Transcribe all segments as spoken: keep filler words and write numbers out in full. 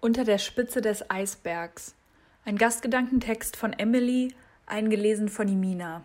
Unter der Spitze des Eisbergs. Ein Gastgedankentext von Emily, eingelesen von Imina.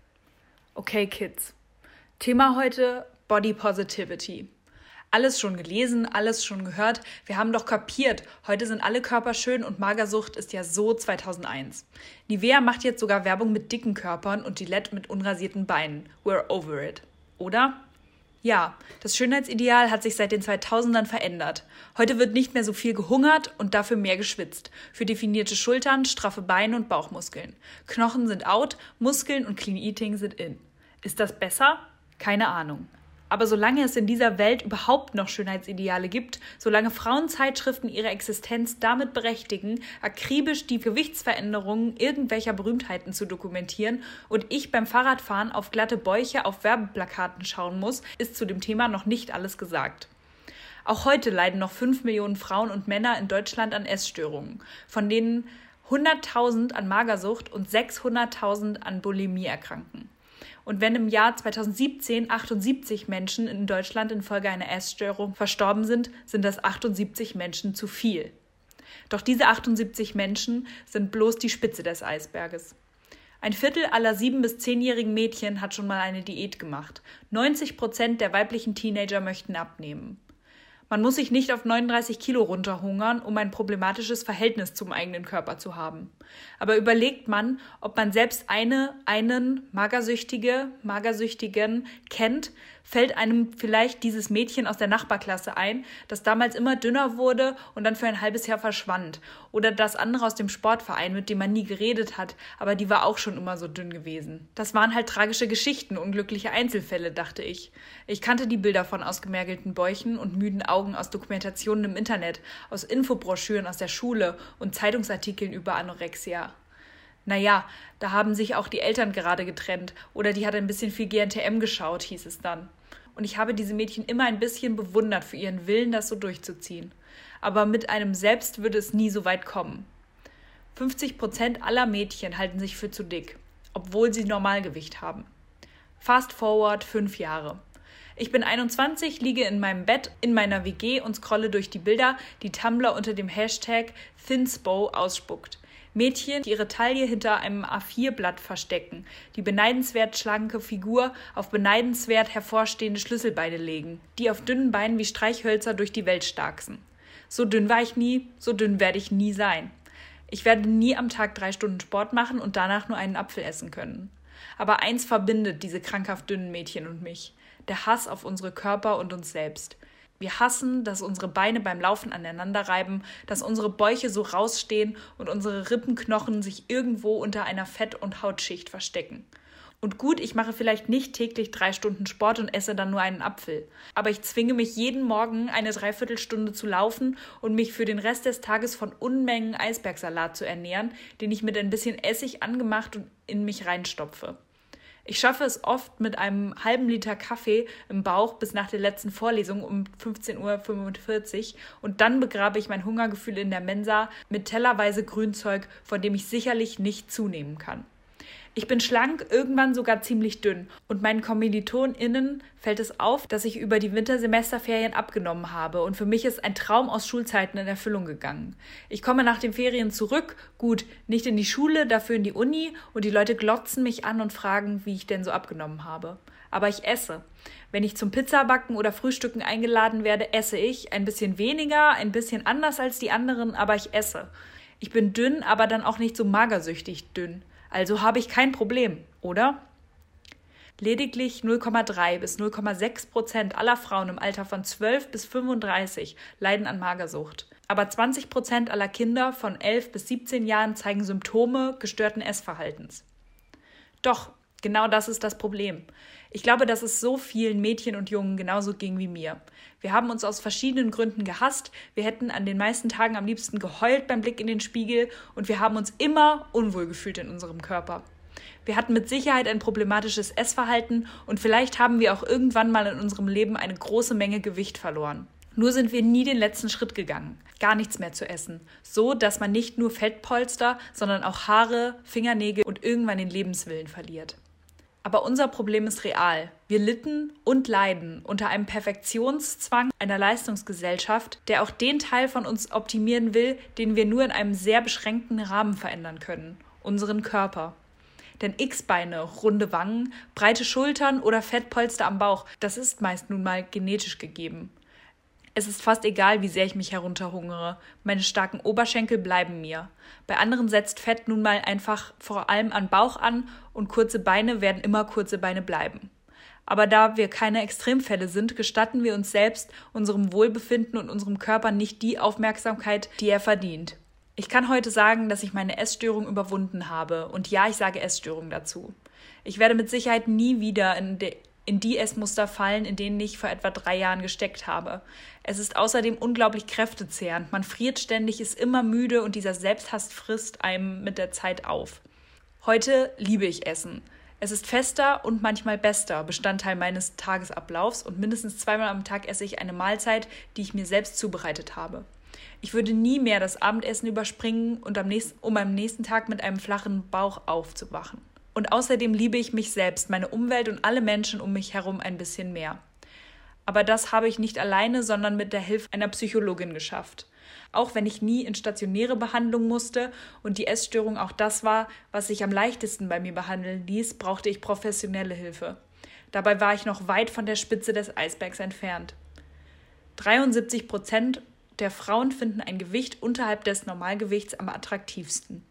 Okay, Kids. Thema heute: Body Positivity. Alles schon gelesen, alles schon gehört. Wir haben doch kapiert, heute sind alle Körper schön und Magersucht ist ja so zweitausendeins. Nivea macht jetzt sogar Werbung mit dicken Körpern und Gillette mit unrasierten Beinen. We're over it. Oder? Ja, das Schönheitsideal hat sich seit den zweitausendern verändert. Heute wird nicht mehr so viel gehungert und dafür mehr geschwitzt. Für definierte Schultern, straffe Beine und Bauchmuskeln. Knochen sind out, Muskeln und Clean Eating sind in. Ist das besser? Keine Ahnung. Aber solange es in dieser Welt überhaupt noch Schönheitsideale gibt, solange Frauenzeitschriften ihre Existenz damit berechtigen, akribisch die Gewichtsveränderungen irgendwelcher Berühmtheiten zu dokumentieren und ich beim Fahrradfahren auf glatte Bäuche auf Werbeplakaten schauen muss, ist zu dem Thema noch nicht alles gesagt. Auch heute leiden noch fünf Millionen Frauen und Männer in Deutschland an Essstörungen, von denen hunderttausend an Magersucht und sechshunderttausend an Bulimie erkranken. Und wenn im Jahr zweitausendsiebzehn achtundsiebzig Menschen in Deutschland infolge einer Essstörung verstorben sind, sind das achtundsiebzig Menschen zu viel. Doch diese achtundsiebzig Menschen sind bloß die Spitze des Eisberges. Ein Viertel aller sieben- bis zehnjährigen Mädchen hat schon mal eine Diät gemacht. neunzig Prozent der weiblichen Teenager möchten abnehmen. Man muss sich nicht auf neununddreißig Kilo runterhungern, um ein problematisches Verhältnis zum eigenen Körper zu haben. Aber überlegt man, ob man selbst eine, einen Magersüchtige, Magersüchtigen kennt, fällt einem vielleicht dieses Mädchen aus der Nachbarklasse ein, das damals immer dünner wurde und dann für ein halbes Jahr verschwand. Oder das andere aus dem Sportverein, mit dem man nie geredet hat, aber die war auch schon immer so dünn gewesen. Das waren halt tragische Geschichten, unglückliche Einzelfälle, dachte ich. Ich kannte die Bilder von ausgemergelten Bäuchen und müden Augen aus Dokumentationen im Internet, aus Infobroschüren aus der Schule und Zeitungsartikeln über Anorexia. Naja, da haben sich auch die Eltern gerade getrennt oder die hat ein bisschen viel G N T M geschaut, hieß es dann. Und ich habe diese Mädchen immer ein bisschen bewundert für ihren Willen, das so durchzuziehen. Aber mit einem selbst würde es nie so weit kommen. fünfzig Prozent aller Mädchen halten sich für zu dick, obwohl sie Normalgewicht haben. Fast forward fünf Jahre. Ich bin einundzwanzig, liege in meinem Bett in meiner W G und scrolle durch die Bilder, die Tumblr unter dem Hashtag Thinspo ausspuckt. Mädchen, die ihre Taille hinter einem A vier Blatt verstecken, die beneidenswert schlanke Figur auf beneidenswert hervorstehende Schlüsselbeine legen, die auf dünnen Beinen wie Streichhölzer durch die Welt starksen. So dünn war ich nie, so dünn werde ich nie sein. Ich werde nie am Tag drei Stunden Sport machen und danach nur einen Apfel essen können. Aber eins verbindet diese krankhaft dünnen Mädchen und mich: der Hass auf unsere Körper und uns selbst. Wir hassen, dass unsere Beine beim Laufen aneinander reiben, dass unsere Bäuche so rausstehen und unsere Rippenknochen sich irgendwo unter einer Fett- und Hautschicht verstecken. Und gut, ich mache vielleicht nicht täglich drei Stunden Sport und esse dann nur einen Apfel. Aber ich zwinge mich jeden Morgen eine Dreiviertelstunde zu laufen und mich für den Rest des Tages von Unmengen Eisbergsalat zu ernähren, den ich mit ein bisschen Essig angemacht und in mich reinstopfe. Ich schaffe es oft mit einem halben Liter Kaffee im Bauch bis nach der letzten Vorlesung um fünfzehn Uhr fünfundvierzig und dann begrabe ich mein Hungergefühl in der Mensa mit tellerweise Grünzeug, von dem ich sicherlich nicht zunehmen kann. Ich bin schlank, irgendwann sogar ziemlich dünn und meinen KommilitonInnen fällt es auf, dass ich über die Wintersemesterferien abgenommen habe und für mich ist ein Traum aus Schulzeiten in Erfüllung gegangen. Ich komme nach den Ferien zurück, gut, nicht in die Schule, dafür in die Uni und die Leute glotzen mich an und fragen, wie ich denn so abgenommen habe. Aber ich esse. Wenn ich zum Pizzabacken oder Frühstücken eingeladen werde, esse ich ein bisschen weniger, ein bisschen anders als die anderen, aber ich esse. Ich bin dünn, aber dann auch nicht so magersüchtig dünn. Also habe ich kein Problem, oder? Lediglich null Komma drei bis null Komma sechs Prozent aller Frauen im Alter von zwölf bis fünfunddreißig leiden an Magersucht. Aber zwanzig Prozent aller Kinder von elf bis siebzehn Jahren zeigen Symptome gestörten Essverhaltens. Doch, genau das ist das Problem. Ich glaube, dass es so vielen Mädchen und Jungen genauso ging wie mir. Wir haben uns aus verschiedenen Gründen gehasst, wir hätten an den meisten Tagen am liebsten geheult beim Blick in den Spiegel und wir haben uns immer unwohl gefühlt in unserem Körper. Wir hatten mit Sicherheit ein problematisches Essverhalten und vielleicht haben wir auch irgendwann mal in unserem Leben eine große Menge Gewicht verloren. Nur sind wir nie den letzten Schritt gegangen, gar nichts mehr zu essen, so dass man nicht nur Fettpolster, sondern auch Haare, Fingernägel und irgendwann den Lebenswillen verliert. Aber unser Problem ist real. Wir litten und leiden unter einem Perfektionszwang einer Leistungsgesellschaft, der auch den Teil von uns optimieren will, den wir nur in einem sehr beschränkten Rahmen verändern können: unseren Körper. Denn X-Beine, runde Wangen, breite Schultern oder Fettpolster am Bauch, das ist meist nun mal genetisch gegeben. Es ist fast egal, wie sehr ich mich herunterhungere. Meine starken Oberschenkel bleiben mir. Bei anderen setzt Fett nun mal einfach vor allem an Bauch an und kurze Beine werden immer kurze Beine bleiben. Aber da wir keine Extremfälle sind, gestatten wir uns selbst, unserem Wohlbefinden und unserem Körper nicht die Aufmerksamkeit, die er verdient. Ich kann heute sagen, dass ich meine Essstörung überwunden habe. Und ja, ich sage Essstörung dazu. Ich werde mit Sicherheit nie wieder in, de, in die Essmuster fallen, in denen ich vor etwa drei Jahren gesteckt habe. Es ist außerdem unglaublich kräftezehrend. Man friert ständig, ist immer müde und dieser Selbsthass frisst einem mit der Zeit auf. Heute liebe ich Essen. Es ist fester und manchmal bester Bestandteil meines Tagesablaufs und mindestens zweimal am Tag esse ich eine Mahlzeit, die ich mir selbst zubereitet habe. Ich würde nie mehr das Abendessen überspringen, und am nächsten, um am nächsten Tag mit einem flachen Bauch aufzuwachen. Und außerdem liebe ich mich selbst, meine Umwelt und alle Menschen um mich herum ein bisschen mehr. Aber das habe ich nicht alleine, sondern mit der Hilfe einer Psychologin geschafft. Auch wenn ich nie in stationäre Behandlung musste und die Essstörung auch das war, was sich am leichtesten bei mir behandeln ließ, brauchte ich professionelle Hilfe. Dabei war ich noch weit von der Spitze des Eisbergs entfernt. dreiundsiebzig Prozent der Frauen finden ein Gewicht unterhalb des Normalgewichts am attraktivsten.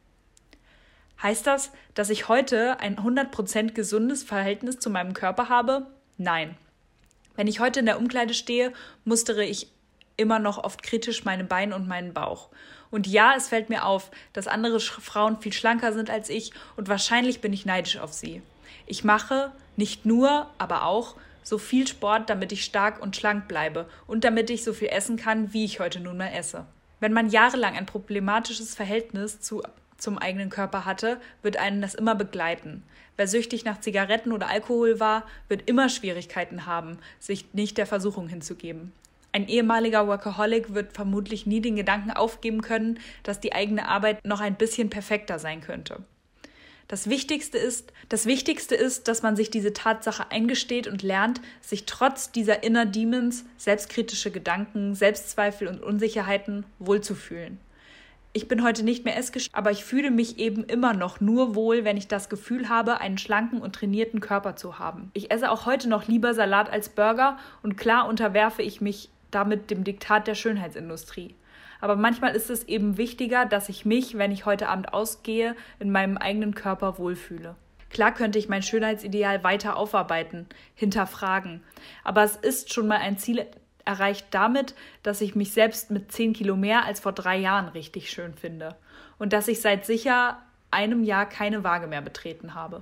Heißt das, dass ich heute ein hundert Prozent gesundes Verhältnis zu meinem Körper habe? Nein. Wenn ich heute in der Umkleide stehe, mustere ich immer noch oft kritisch meine Beine und meinen Bauch. Und ja, es fällt mir auf, dass andere Frauen viel schlanker sind als ich und wahrscheinlich bin ich neidisch auf sie. Ich mache nicht nur, aber auch so viel Sport, damit ich stark und schlank bleibe und damit ich so viel essen kann, wie ich heute nun mal esse. Wenn man jahrelang ein problematisches Verhältnis zu, zum eigenen Körper hatte, wird einen das immer begleiten. Wer süchtig nach Zigaretten oder Alkohol war, wird immer Schwierigkeiten haben, sich nicht der Versuchung hinzugeben. Ein ehemaliger Workaholic wird vermutlich nie den Gedanken aufgeben können, dass die eigene Arbeit noch ein bisschen perfekter sein könnte. Das Wichtigste ist, das Wichtigste ist, dass man sich diese Tatsache eingesteht und lernt, sich trotz dieser Inner Demons, selbstkritische Gedanken, Selbstzweifel und Unsicherheiten wohlzufühlen. Ich bin heute nicht mehr essgestört, aber ich fühle mich eben immer noch nur wohl, wenn ich das Gefühl habe, einen schlanken und trainierten Körper zu haben. Ich esse auch heute noch lieber Salat als Burger und klar unterwerfe ich mich damit dem Diktat der Schönheitsindustrie. Aber manchmal ist es eben wichtiger, dass ich mich, wenn ich heute Abend ausgehe, in meinem eigenen Körper wohlfühle. Klar könnte ich mein Schönheitsideal weiter aufarbeiten, hinterfragen. Aber es ist schon mal ein Ziel erreicht damit, dass ich mich selbst mit zehn Kilo mehr als vor drei Jahren richtig schön finde. Und dass ich seit sicher einem Jahr keine Waage mehr betreten habe.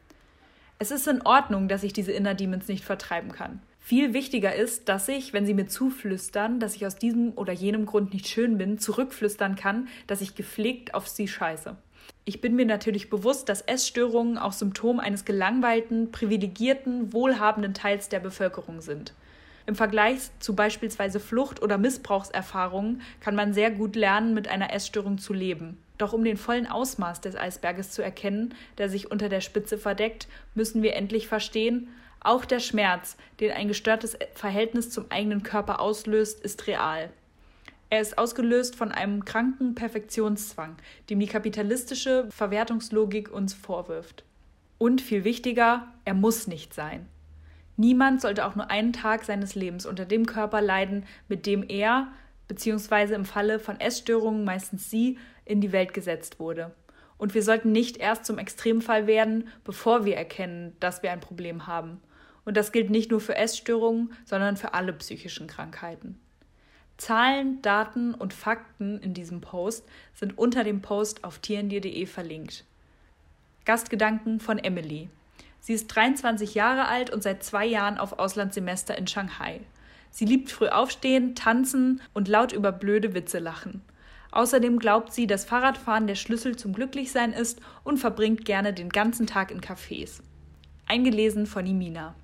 Es ist in Ordnung, dass ich diese Inner Demons nicht vertreiben kann. Viel wichtiger ist, dass ich, wenn sie mir zuflüstern, dass ich aus diesem oder jenem Grund nicht schön bin, zurückflüstern kann, dass ich gepflegt auf sie scheiße. Ich bin mir natürlich bewusst, dass Essstörungen auch Symptom eines gelangweilten, privilegierten, wohlhabenden Teils der Bevölkerung sind. Im Vergleich zu beispielsweise Flucht- oder Missbrauchserfahrungen kann man sehr gut lernen, mit einer Essstörung zu leben. Doch um den vollen Ausmaß des Eisberges zu erkennen, der sich unter der Spitze verdeckt, müssen wir endlich verstehen, auch der Schmerz, den ein gestörtes Verhältnis zum eigenen Körper auslöst, ist real. Er ist ausgelöst von einem kranken Perfektionszwang, dem die kapitalistische Verwertungslogik uns vorwirft. Und viel wichtiger, er muss nicht sein. Niemand sollte auch nur einen Tag seines Lebens unter dem Körper leiden, mit dem er, beziehungsweise im Falle von Essstörungen meistens sie, in die Welt gesetzt wurde. Und wir sollten nicht erst zum Extremfall werden, bevor wir erkennen, dass wir ein Problem haben. Und das gilt nicht nur für Essstörungen, sondern für alle psychischen Krankheiten. Zahlen, Daten und Fakten in diesem Post sind unter dem Post auf t n d punkt d e verlinkt. Gastgedanken von Emily. Sie ist dreiundzwanzig Jahre alt und seit zwei Jahren auf Auslandssemester in Shanghai. Sie liebt früh aufstehen, tanzen und laut über blöde Witze lachen. Außerdem glaubt sie, dass Fahrradfahren der Schlüssel zum Glücklichsein ist und verbringt gerne den ganzen Tag in Cafés. Eingelesen von Imina.